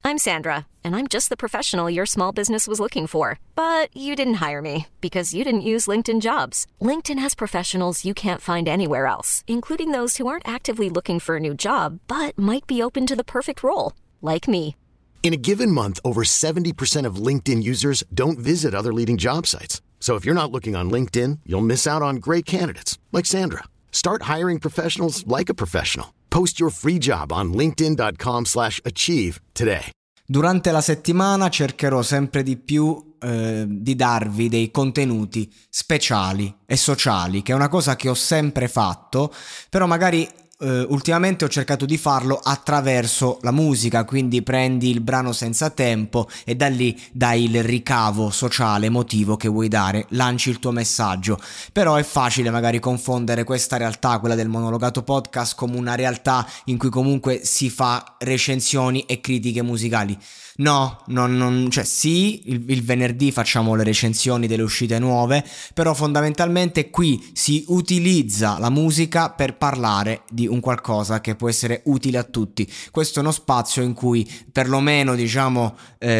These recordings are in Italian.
I'm Sandra, and I'm just the professional your small business was looking for. But you didn't hire me because you didn't use LinkedIn Jobs. LinkedIn has professionals you can't find anywhere else, including those who aren't actively looking for a new job, but might be open to the perfect role, like me. In a given month, over 70% of LinkedIn users don't visit other leading job sites. So if you're not looking on LinkedIn, you'll miss out on great candidates like Sandra. Start hiring professionals like a professional. Post your free job on linkedin.com/achieve today. Durante la settimana cercherò sempre di più di darvi dei contenuti speciali e sociali, che è una cosa che ho sempre fatto, però magari ultimamente ho cercato di farlo attraverso la musica, quindi prendi il brano senza tempo e da lì dai il ricavo sociale, emotivo che vuoi dare, lanci il tuo messaggio. Però è facile magari confondere questa realtà, quella del Monologato Podcast, come una realtà in cui comunque si fa recensioni e critiche musicali. No, cioè sì, il venerdì facciamo le recensioni delle uscite nuove, però fondamentalmente qui si utilizza la musica per parlare di un qualcosa che può essere utile a tutti. Questo è uno spazio in cui perlomeno diciamo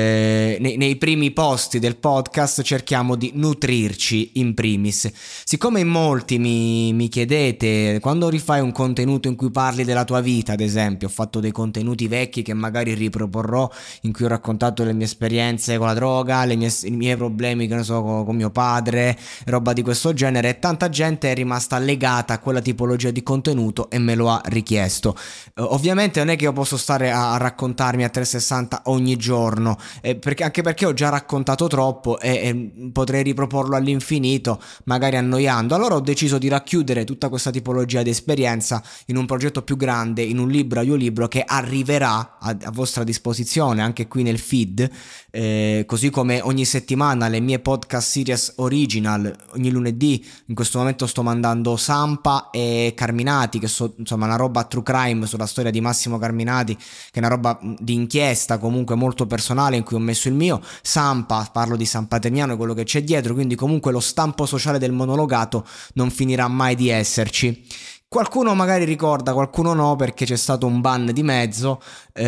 nei primi posti del podcast cerchiamo di nutrirci in primis. Siccome in molti mi chiedete quando rifai un contenuto in cui parli della tua vita, ad esempio ho fatto dei contenuti vecchi che magari riproporrò, in cui ho raccontato le mie esperienze con la droga, i miei problemi, che ne so, con mio padre, roba di questo genere, e tanta gente è rimasta legata a quella tipologia di contenuto e me lo ha richiesto. Ovviamente non è che io posso stare a raccontarmi a 360 ogni giorno, anche perché ho già raccontato troppo e potrei riproporlo all'infinito, magari annoiando. Allora ho deciso di racchiudere tutta questa tipologia di esperienza in un progetto più grande, in un libro, audiolibro, che arriverà a vostra disposizione anche qui nel feed, così come ogni settimana le mie podcast series original. Ogni lunedì in questo momento sto mandando Sampa e Carminati, che insomma una roba true crime sulla storia di Massimo Carminati, che è una roba di inchiesta comunque molto personale, in cui ho messo il mio. Sampa, parlo di San Patrignano e quello che c'è dietro, quindi comunque lo stampo sociale del monologato non finirà mai di esserci. Qualcuno magari ricorda, qualcuno no, perché c'è stato un ban di mezzo.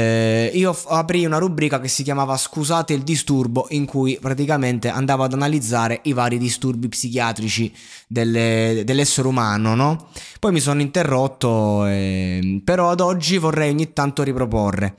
Io aprì una rubrica che si chiamava Scusate il disturbo, in cui praticamente andavo ad analizzare i vari disturbi psichiatrici dell'essere umano, no? Poi mi sono interrotto, però ad oggi vorrei ogni tanto riproporre.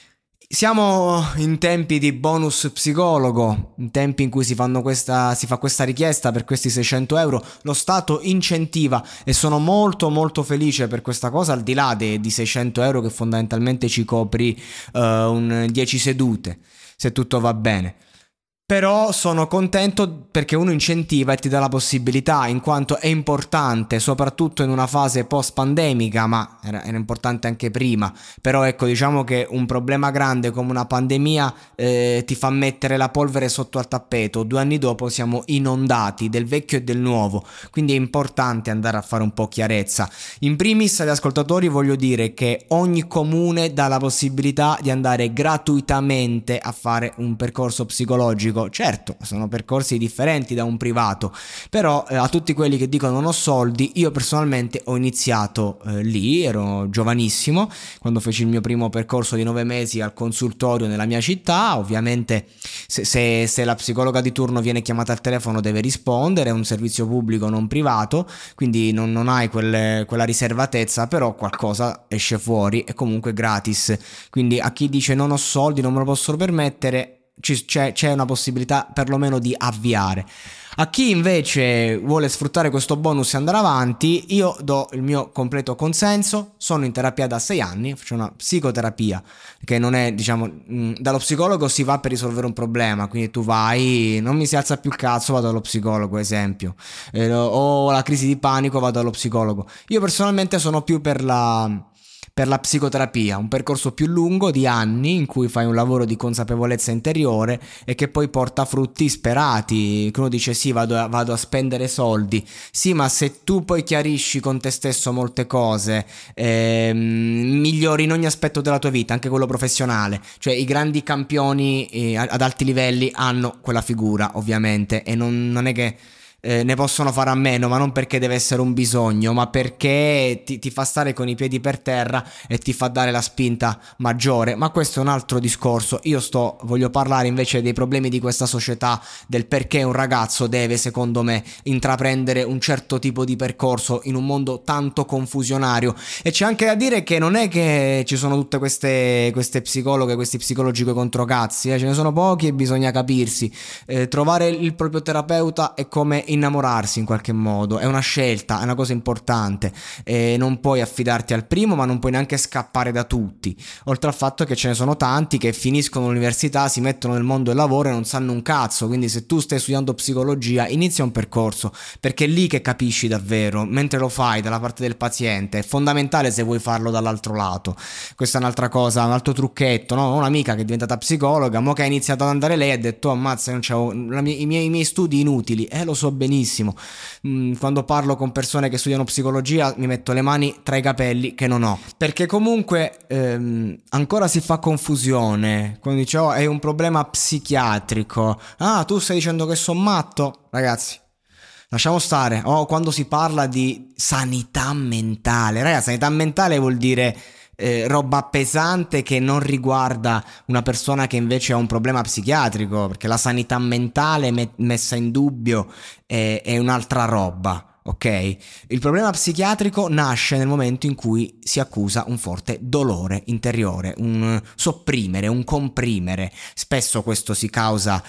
Siamo in tempi di bonus psicologo, in tempi in cui si fa questa richiesta per questi 600 euro. Lo Stato incentiva e sono molto molto felice per questa cosa, al di là di 600 euro che fondamentalmente ci copri un 10 sedute, se tutto va bene. Però sono contento perché uno incentiva e ti dà la possibilità, in quanto è importante, soprattutto in una fase post-pandemica, ma era importante anche prima. Però ecco, diciamo che un problema grande come una pandemia ti fa mettere la polvere sotto al tappeto. 2 anni dopo siamo inondati del vecchio e del nuovo, quindi è importante andare a fare un po' chiarezza. In primis agli ascoltatori voglio dire che ogni comune dà la possibilità di andare gratuitamente a fare un percorso psicologico. Certo, sono percorsi differenti da un privato, però a tutti quelli che dicono non ho soldi, io personalmente ho iniziato lì, ero giovanissimo, quando feci il mio primo percorso di 9 mesi al consultorio nella mia città. Ovviamente se la psicologa di turno viene chiamata al telefono deve rispondere, è un servizio pubblico non privato, quindi non hai quella riservatezza, però qualcosa esce fuori, è comunque gratis. Quindi a chi dice non ho soldi, non me lo posso permettere, c'è una possibilità perlomeno di avviare. A chi invece vuole sfruttare questo bonus e andare avanti, io do il mio completo consenso. Sono in terapia da 6 anni, faccio una psicoterapia che non è, diciamo, dallo psicologo si va per risolvere un problema, quindi tu vai, non mi si alza più il cazzo, vado allo psicologo, esempio, o la crisi di panico, vado allo psicologo. Io personalmente sono più per la psicoterapia, un percorso più lungo di anni in cui fai un lavoro di consapevolezza interiore e che poi porta frutti sperati. Uno dice sì, vado a spendere soldi, sì, ma se tu poi chiarisci con te stesso molte cose, migliori in ogni aspetto della tua vita, anche quello professionale. Cioè i grandi campioni ad alti livelli hanno quella figura, ovviamente, e non è che ne possono fare a meno, ma non perché deve essere un bisogno, ma perché ti fa stare con i piedi per terra e ti fa dare la spinta maggiore. Ma questo è un altro discorso. Voglio parlare invece dei problemi di questa società, del perché un ragazzo deve, secondo me, intraprendere un certo tipo di percorso in un mondo tanto confusionario. E c'è anche da dire che non è che ci sono tutte queste psicologhe, questi psicologi coi controcazzi, ce ne sono pochi e bisogna capirsi. Trovare il proprio terapeuta è come innamorarsi in qualche modo, è una scelta, è una cosa importante, non puoi affidarti al primo, ma non puoi neanche scappare da tutti, oltre al fatto che ce ne sono tanti che finiscono l'università, si mettono nel mondo del lavoro e non sanno un cazzo. Quindi se tu stai studiando psicologia, inizia un percorso, perché è lì che capisci davvero, mentre lo fai dalla parte del paziente. È fondamentale se vuoi farlo dall'altro lato. Questa è un'altra cosa, un altro trucchetto, no? Ho un'amica che è diventata psicologa, mo che ha iniziato ad andare lei, ha detto: ammazza, non c'avevo i miei studi inutili. Lo so benissimo. Quando parlo con persone che studiano psicologia mi metto le mani tra i capelli che non ho, perché comunque ancora si fa confusione quando dice: oh, è un problema psichiatrico. Ah, tu stai dicendo che sono matto? Ragazzi, lasciamo stare. Quando si parla di sanità mentale, ragazzi, sanità mentale vuol dire roba pesante che non riguarda una persona che invece ha un problema psichiatrico, perché la sanità mentale messa in dubbio è un'altra roba. Ok? Il problema psichiatrico nasce nel momento in cui si accusa un forte dolore interiore, un sopprimere, un comprimere. Spesso questo si causa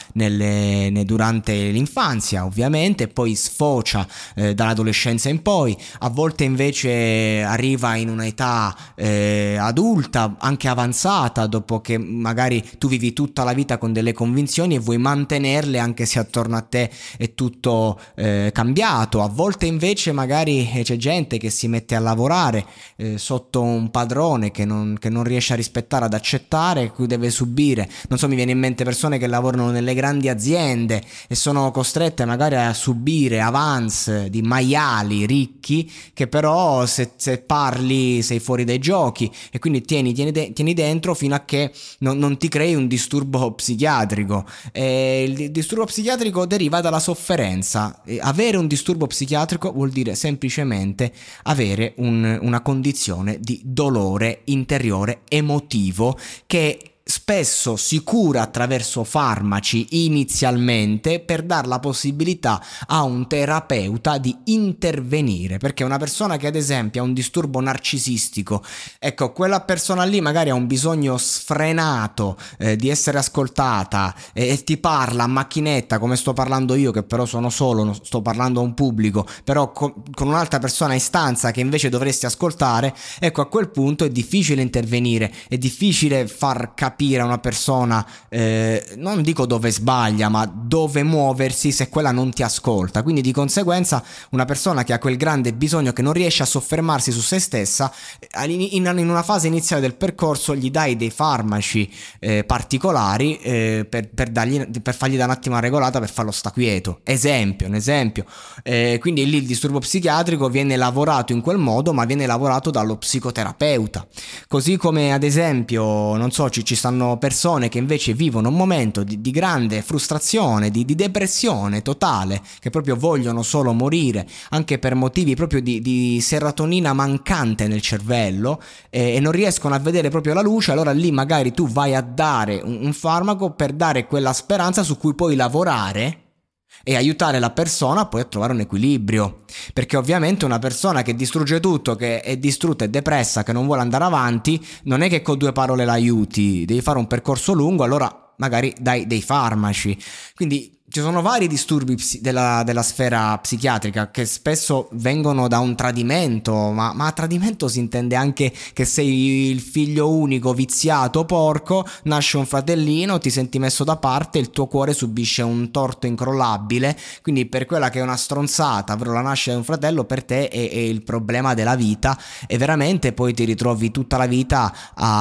durante l'infanzia, ovviamente, poi sfocia dall'adolescenza in poi. A volte invece arriva in un'età adulta, anche avanzata, dopo che magari tu vivi tutta la vita con delle convinzioni e vuoi mantenerle anche se attorno a te è tutto cambiato. A volte invece magari c'è gente che si mette a lavorare sotto un padrone che non riesce a rispettare, ad accettare, cui deve subire. Non so, mi viene in mente persone che lavorano nelle grandi aziende e sono costrette magari a subire avance di maiali ricchi, che però se parli sei fuori dai giochi, e quindi tieni dentro fino a che non ti crei un disturbo psichiatrico. Il disturbo psichiatrico deriva dalla sofferenza. Avere un disturbo psichiatrico vuol dire semplicemente avere una condizione di dolore interiore emotivo che spesso si cura attraverso farmaci inizialmente per dar la possibilità a un terapeuta di intervenire, perché una persona che ad esempio ha un disturbo narcisistico, ecco, quella persona lì magari ha un bisogno sfrenato di essere ascoltata e ti parla a macchinetta come sto parlando io, che però sono solo, non sto parlando a un pubblico, però con un'altra persona in stanza che invece dovresti ascoltare. Ecco, a quel punto è difficile intervenire, è difficile far capire a una persona non dico dove sbaglia, ma dove muoversi se quella non ti ascolta. Quindi di conseguenza una persona che ha quel grande bisogno, che non riesce a soffermarsi su se stessa, in una fase iniziale del percorso gli dai dei farmaci particolari per fargli dare un attimo una regolata, per farlo sta quieto. Un esempio. Quindi lì il disturbo psichiatrico viene lavorato in quel modo, ma viene lavorato dallo psicoterapeuta. Così come ad esempio, non so, ci stanno persone che invece vivono un momento di grande frustrazione, di depressione totale, che proprio vogliono solo morire, anche per motivi proprio di serotonina mancante nel cervello, e non riescono a vedere proprio la luce. Allora lì magari tu vai a dare un farmaco per dare quella speranza su cui puoi lavorare e aiutare la persona poi a trovare un equilibrio, perché ovviamente una persona che distrugge tutto, che è distrutta e depressa, che non vuole andare avanti, non è che con due parole l'aiuti, devi fare un percorso lungo, allora magari dai dei farmaci. Quindi ci sono vari disturbi della sfera psichiatrica che spesso vengono da un tradimento, ma a tradimento si intende anche che sei il figlio unico, viziato, porco, nasce un fratellino, ti senti messo da parte, il tuo cuore subisce un torto incrollabile, quindi per quella che è una stronzata, ovvero la nascita di un fratello, per te è il problema della vita, e veramente poi ti ritrovi tutta la vita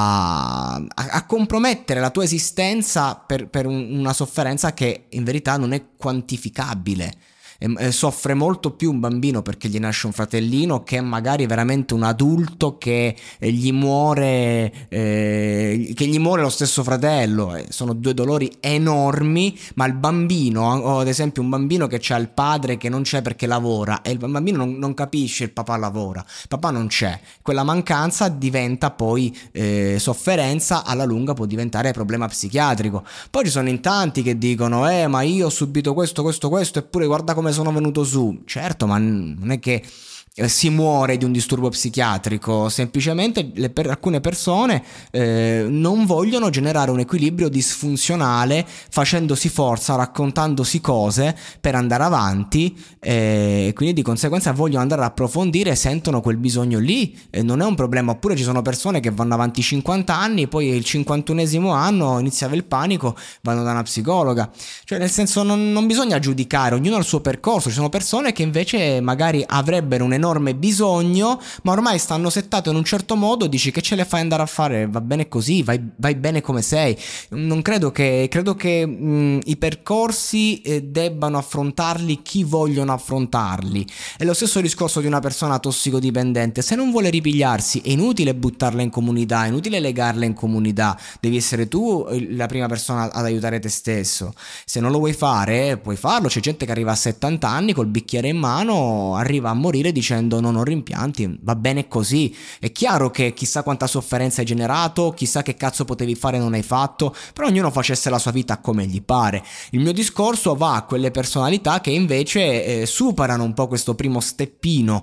a compromettere la tua esistenza per una sofferenza che in verità non è quantificabile. E soffre molto più un bambino perché gli nasce un fratellino che magari veramente un adulto che gli muore lo stesso fratello. Sono due dolori enormi, ma il bambino, o ad esempio un bambino che ha il padre che non c'è perché lavora, e il bambino non capisce il papà lavora, il papà non c'è, quella mancanza diventa poi sofferenza, alla lunga può diventare problema psichiatrico. Poi ci sono in tanti che dicono ma io ho subito questo, eppure guarda come sono venuto su. Certo, ma non è che si muore di un disturbo psichiatrico, semplicemente alcune persone non vogliono generare un equilibrio disfunzionale facendosi forza, raccontandosi cose per andare avanti, e quindi di conseguenza vogliono andare ad approfondire e sentono quel bisogno lì. Non è un problema. Oppure ci sono persone che vanno avanti 50 anni, poi il 51esimo anno iniziava il panico, vanno da una psicologa. Cioè, nel senso, non bisogna giudicare, ognuno ha il suo percorso. Ci sono persone che invece magari avrebbero un enorme bisogno, ma ormai stanno settate in un certo modo, dici che ce le fai andare a fare, va bene così, vai bene come sei. Non credo che i percorsi debbano affrontarli chi vogliono affrontarli. È lo stesso discorso di una persona tossicodipendente: se non vuole ripigliarsi è inutile buttarla in comunità, è inutile legarla in comunità, devi essere tu la prima persona ad aiutare te stesso. Se non lo vuoi fare, puoi farlo. C'è gente che arriva a 70 anni col bicchiere in mano, arriva a morire dicendo non ho rimpianti, va bene così. È chiaro che chissà quanta sofferenza hai generato, chissà che cazzo potevi fare e non hai fatto, però ognuno facesse la sua vita come gli pare. Il mio discorso va a quelle personalità che invece superano un po' questo primo steppino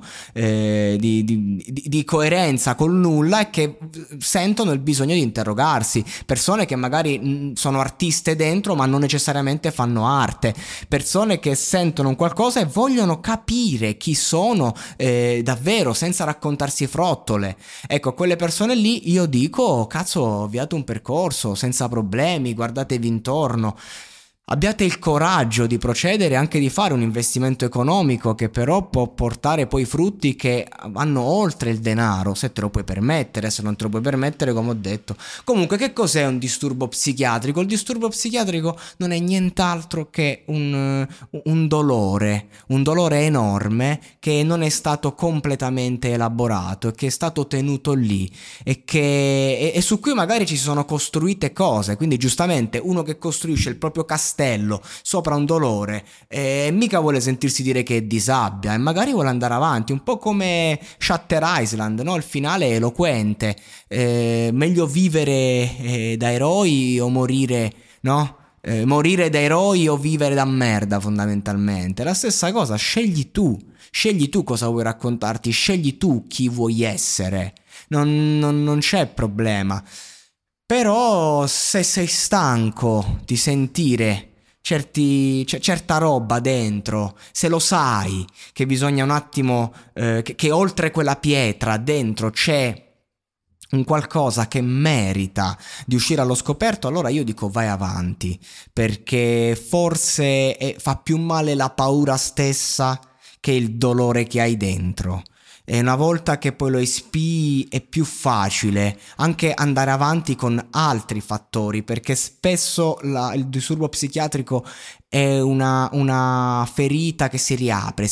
di coerenza col nulla e che sentono il bisogno di interrogarsi. Persone che magari sono artiste dentro ma non necessariamente fanno arte, persone che sentono un qualcosa e vogliono capire chi sono davvero, senza raccontarsi frottole. Ecco, quelle persone lì io dico: cazzo, avviate un percorso senza problemi, guardatevi intorno. Abbiate il coraggio di procedere, anche di fare un investimento economico che però può portare poi frutti che vanno oltre il denaro, se te lo puoi permettere. Se non te lo puoi permettere, come ho detto. Comunque, che cos'è un disturbo psichiatrico? Il disturbo psichiatrico non è nient'altro che un dolore enorme che non è stato completamente elaborato e che è stato tenuto lì e su cui magari ci sono costruite cose. Quindi giustamente uno che costruisce il proprio castello sopra un dolore mica vuole sentirsi dire che è di sabbia e magari vuole andare avanti, un po' come Shutter Island, no? Il finale è eloquente. Meglio vivere da eroi o morire, no? Morire da eroi o vivere da merda, fondamentalmente la stessa cosa. Scegli tu cosa vuoi raccontarti, scegli tu chi vuoi essere, non c'è problema. Però se sei stanco di sentire certa roba dentro, se lo sai che bisogna un attimo che oltre quella pietra dentro c'è un qualcosa che merita di uscire allo scoperto, allora io dico vai avanti, perché forse fa più male la paura stessa che il dolore che hai dentro. E una volta che poi lo espii è più facile anche andare avanti con altri fattori, perché spesso il disturbo psichiatrico è una ferita che si riapre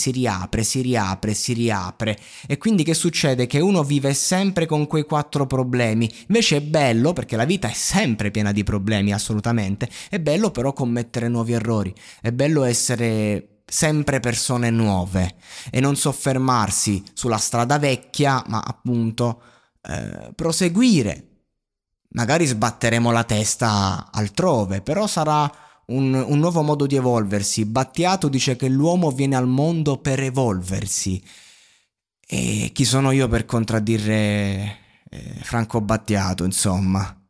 e quindi che succede? Che uno vive sempre con quei 4 problemi. Invece è bello, perché la vita è sempre piena di problemi, assolutamente, è bello però commettere nuovi errori, è bello essere sempre persone nuove e non soffermarsi sulla strada vecchia, ma appunto proseguire. Magari sbatteremo la testa altrove, però sarà un nuovo modo di evolversi. Battiato dice che l'uomo viene al mondo per evolversi, e chi sono io per contraddire Franco Battiato, insomma.